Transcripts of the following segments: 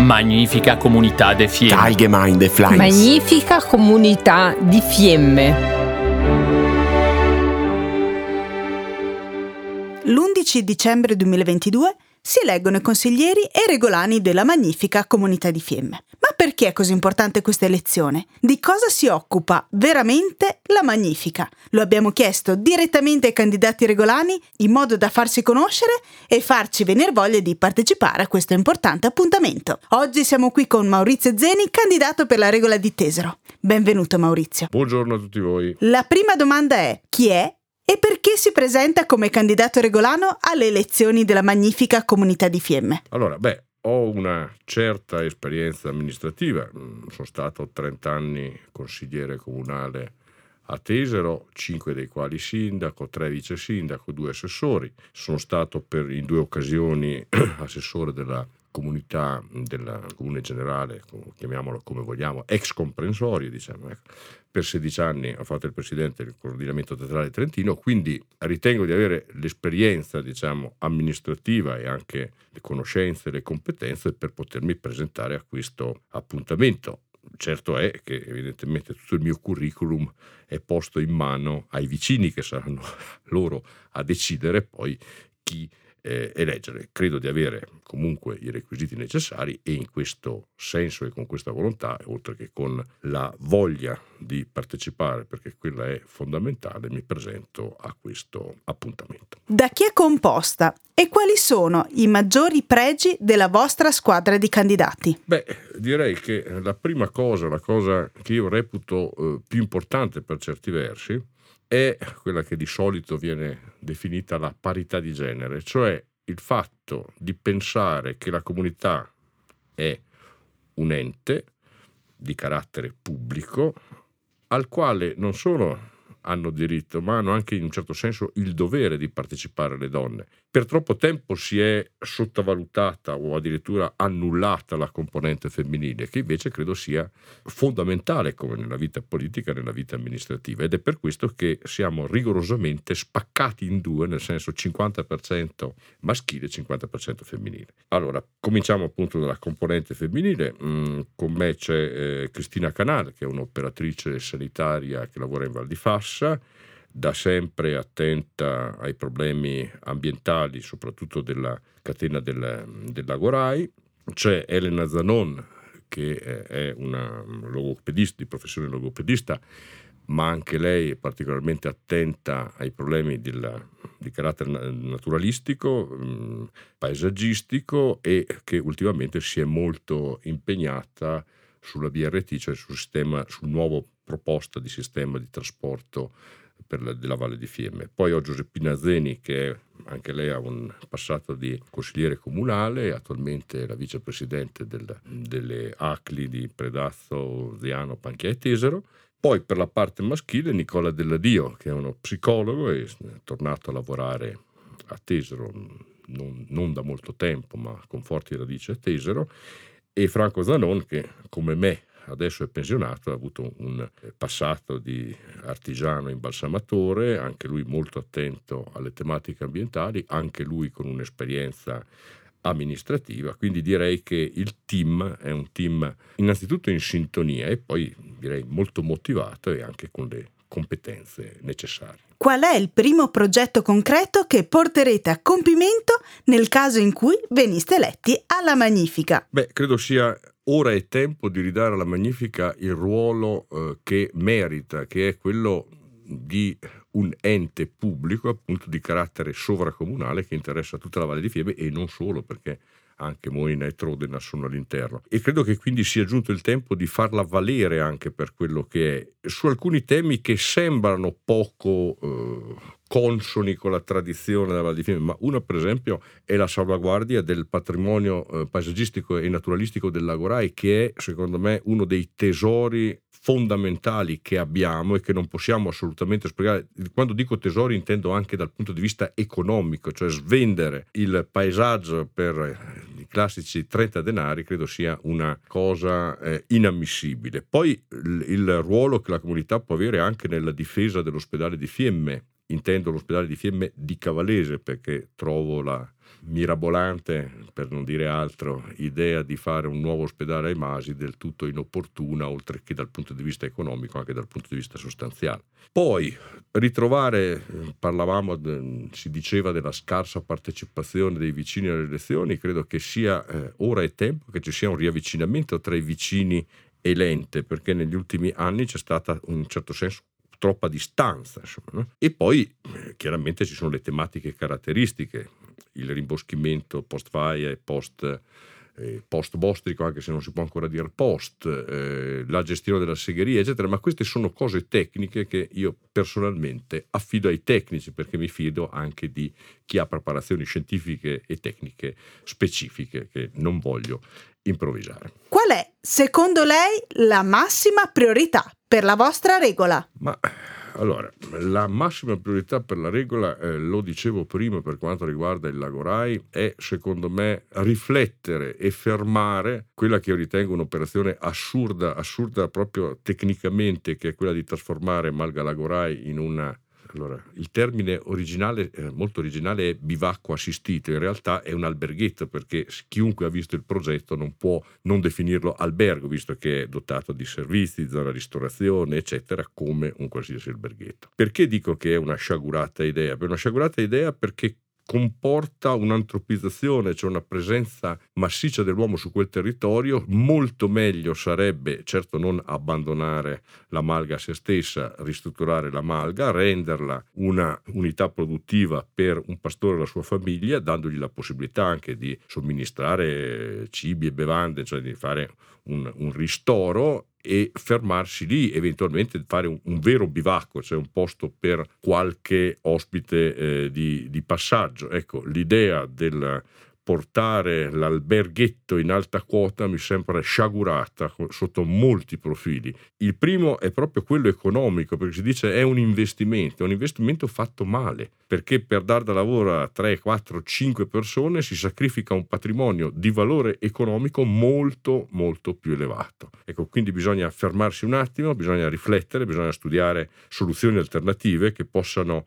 Magnifica comunità de Fiemme. Allgemeine Fleiß. Magnifica comunità di Fiemme. L'11 dicembre 2022 si eleggono i consiglieri e i regolani della Magnifica Comunità di Fiemme. Ma perché è così importante questa elezione? Di cosa si occupa veramente la Magnifica? Lo abbiamo chiesto direttamente ai candidati regolani in modo da farsi conoscere e farci venire voglia di partecipare a questo importante appuntamento. Oggi siamo qui con Maurizio Zeni, candidato per la regola di Tesero. Benvenuto Maurizio. Buongiorno a tutti voi. La prima domanda è: chi è? E perché si presenta come candidato regolano alle elezioni della Magnifica Comunità di Fiemme? Allora, ho una certa esperienza amministrativa, sono stato 30 anni consigliere comunale a Tesero, 5 dei quali sindaco, 3 vice sindaco, 2 assessori. Sono stato in 2 occasioni assessore della comunità del comune generale, chiamiamolo come vogliamo, ex comprensorio, diciamo. Per 16 anni ho fatto il presidente del coordinamento teatrale trentino, quindi ritengo di avere l'esperienza, diciamo, amministrativa e anche le conoscenze e le competenze per potermi presentare a questo appuntamento. Certo è che evidentemente tutto il mio curriculum è posto in mano ai vicini, che saranno loro a decidere poi chi eleggere. Credo di avere comunque i requisiti necessari e in questo senso e con questa volontà, oltre che con la voglia di partecipare, perché quella è fondamentale, mi presento a questo appuntamento. Da chi è composta e quali sono i maggiori pregi della vostra squadra di candidati? Direi che la prima cosa, la cosa che io reputo più importante per certi versi, è quella che di solito viene definita la parità di genere, cioè il fatto di pensare che la comunità è un ente di carattere pubblico al quale non solo hanno diritto, ma hanno anche in un certo senso il dovere di partecipare le donne. Per troppo tempo si è sottovalutata o addirittura annullata la componente femminile, che invece credo sia fondamentale come nella vita politica e nella vita amministrativa, ed è per questo che siamo rigorosamente spaccati in due, nel senso 50% maschile e 50% femminile. Allora, cominciamo appunto dalla componente femminile. Con me c'è Cristina Canal, che è un'operatrice sanitaria che lavora in Val di Fassa, da sempre attenta ai problemi ambientali, soprattutto della catena del Lago Rai. C'è Elena Zanon, che è una logopedista, di professione logopedista, ma anche lei è particolarmente attenta ai problemi di carattere naturalistico, paesaggistico, e che ultimamente si è molto impegnata sulla BRT, cioè sul nuovo proposta di sistema di trasporto della Valle di Fiemme. Poi ho Giuseppina Zeni, che anche lei ha un passato di consigliere comunale, attualmente è la vicepresidente delle ACLI di Predazzo, Ziano, Panchia e Tesero. Poi per la parte maschile Nicola Delladio, che è uno psicologo e è tornato a lavorare a Tesero non da molto tempo, ma con forti radici a Tesero, e Franco Zanon, che come me adesso è pensionato, ha avuto un passato di artigiano imbalsamatore, anche lui molto attento alle tematiche ambientali, anche lui con un'esperienza amministrativa. Quindi direi che il team è un team innanzitutto in sintonia e poi direi molto motivato e anche con le competenze necessarie. Qual è il primo progetto concreto che porterete a compimento nel caso in cui veniste eletti alla Magnifica? Credo sia ora è tempo di ridare alla Magnifica il ruolo che merita, che è quello di un ente pubblico appunto di carattere sovracomunale che interessa tutta la Valle di Fiemme e non solo, perché anche Moina e Trodena sono all'interno, e credo che quindi sia giunto il tempo di farla valere anche per quello che è, su alcuni temi che sembrano poco consoni con la tradizione della Valle di Fiemme, ma uno per esempio è la salvaguardia del patrimonio paesaggistico e naturalistico del Lago Rai, che è secondo me uno dei tesori fondamentali che abbiamo e che non possiamo assolutamente sprecare. Quando dico tesori intendo anche dal punto di vista economico, cioè svendere il paesaggio per i classici 30 denari credo sia una cosa inammissibile. Poi il ruolo che la comunità può avere anche nella difesa dell'ospedale di Fiemme, intendo l'ospedale di Fiemme di Cavallese, perché trovo la mirabolante, per non dire altro, idea di fare un nuovo ospedale ai Masi del tutto inopportuna, oltre che dal punto di vista economico, anche dal punto di vista sostanziale. Poi ritrovare, si diceva della scarsa partecipazione dei vicini alle elezioni, credo che sia ora è tempo che ci sia un riavvicinamento tra i vicini e l'ente, perché negli ultimi anni c'è stata in un certo senso troppa distanza, insomma, no? E poi chiaramente ci sono le tematiche caratteristiche, il rimboschimento post faia e post bostrico, anche se non si può ancora dire post, la gestione della segheria, eccetera, ma queste sono cose tecniche che io personalmente affido ai tecnici, perché mi fido anche di chi ha preparazioni scientifiche e tecniche specifiche, che non voglio improvvisare. Qual è, secondo lei, la massima priorità per la vostra regola? Ma allora, la massima priorità per la regola, lo dicevo prima per quanto riguarda il Lagorai, è secondo me riflettere e fermare quella che io ritengo un'operazione assurda proprio tecnicamente, che è quella di trasformare Malga Lagorai in una... Allora, il termine originale, molto originale, è bivacco assistito. In realtà è un alberghetto, perché chiunque ha visto il progetto non può non definirlo albergo, visto che è dotato di servizi, zona ristorazione, eccetera, come un qualsiasi alberghetto. Perché dico che è una sciagurata idea? Una sciagurata idea perché comporta un'antropizzazione, cioè una presenza massiccia dell'uomo su quel territorio. Molto meglio sarebbe, certo, non abbandonare la malga a se stessa, ristrutturare la malga, renderla una unità produttiva per un pastore e la sua famiglia, dandogli la possibilità anche di somministrare cibi e bevande, cioè di fare un ristoro, e fermarsi lì, eventualmente fare un vero bivacco, cioè un posto per qualche ospite di passaggio. Ecco, l'idea del portare l'alberghetto in alta quota mi sembra sciagurata sotto molti profili. Il primo è proprio quello economico, perché si dice è un investimento fatto male, perché per dar da lavoro a 3, 4, 5 persone si sacrifica un patrimonio di valore economico molto molto più elevato. Ecco, quindi bisogna fermarsi un attimo, bisogna riflettere, bisogna studiare soluzioni alternative che possano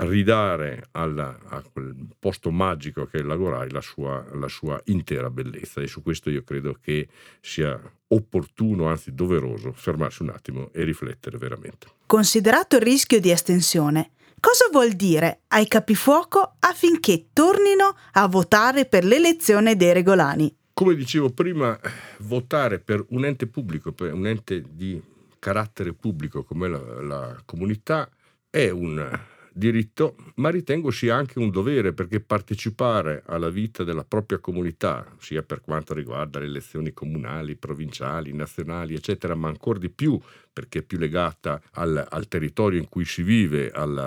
ridare a quel posto magico che è il Lagorai la sua intera bellezza, e su questo io credo che sia opportuno, anzi doveroso, fermarsi un attimo e riflettere veramente. Considerato il rischio di estensione, cosa vuol dire ai capifuoco affinché tornino a votare per l'elezione dei regolani? Come dicevo prima, votare per un ente pubblico, per un ente di carattere pubblico come la comunità, è un diritto, ma ritengo sia anche un dovere, perché partecipare alla vita della propria comunità, sia per quanto riguarda le elezioni comunali, provinciali, nazionali, eccetera, ma ancora di più perché è più legata al territorio in cui si vive,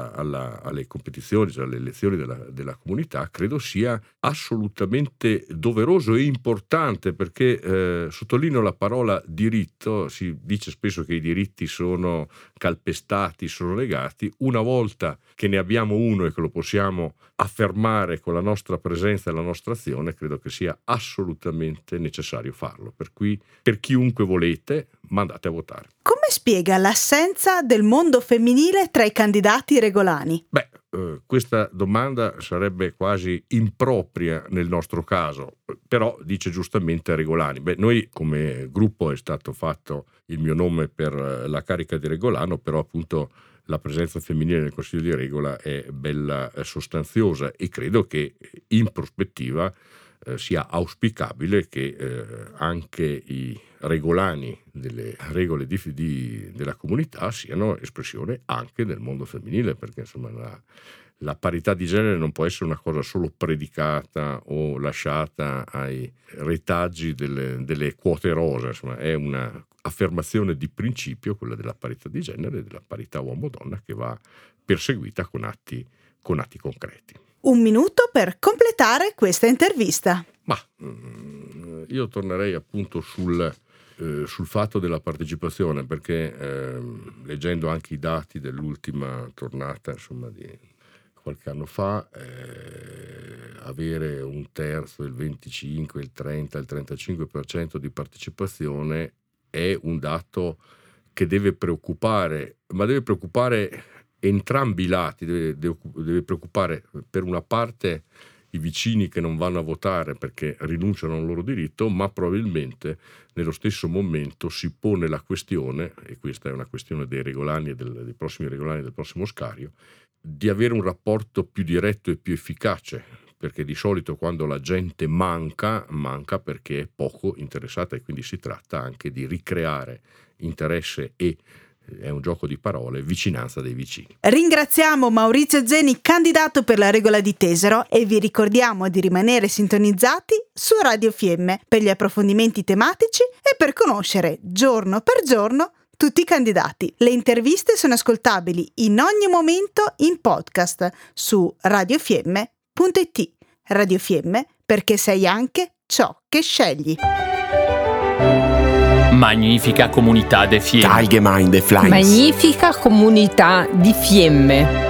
alle competizioni, cioè alle elezioni della comunità, credo sia assolutamente doveroso e importante, perché sottolineo la parola diritto. Si dice spesso che i diritti sono calpestati, sono negati. Una volta che ne abbiamo uno e che lo possiamo affermare con la nostra presenza e la nostra azione, credo che sia assolutamente necessario farlo. Per cui, per chiunque volete, mandate a votare. Come spiega l'assenza del mondo femminile tra i candidati regolani? Questa domanda sarebbe quasi impropria nel nostro caso, però dice giustamente Regolani. Noi come gruppo è stato fatto il mio nome per la carica di Regolano, però appunto la presenza femminile nel Consiglio di Regola è bella sostanziosa, e credo che in prospettiva sia auspicabile che anche i regolani delle regole della comunità siano espressione anche del mondo femminile, perché insomma la parità di genere non può essere una cosa solo predicata o lasciata ai retaggi delle quote rosa. Insomma, è una affermazione di principio, quella della parità di genere, della parità uomo-donna, che va perseguita con atti concreti. Un minuto per completare questa intervista. Io tornerei appunto sul fatto della partecipazione, perché leggendo anche i dati dell'ultima tornata, insomma, di qualche anno fa, avere un terzo, il 25, il 30, il 35% di partecipazione è un dato che deve preoccupare, ma deve preoccupare entrambi i lati, deve preoccupare per una parte i vicini che non vanno a votare perché rinunciano al loro diritto, ma probabilmente nello stesso momento si pone la questione, e questa è una questione dei regolani e dei prossimi regolani del prossimo Scario, di avere un rapporto più diretto e più efficace, perché di solito quando la gente manca perché è poco interessata, e quindi si tratta anche di ricreare interesse e, è un gioco di parole, vicinanza dei vicini. Ringraziamo Maurizio Zeni, candidato per la regola di Tesero, e vi ricordiamo di rimanere sintonizzati su Radio Fiemme per gli approfondimenti tematici e per conoscere giorno per giorno tutti i candidati. Le interviste sono ascoltabili in ogni momento in podcast su radiofiemme.it. Radio Fiemme, perché sei anche ciò che scegli. Magnifica comunità de Fiemme. Magnifica comunità di Fiemme.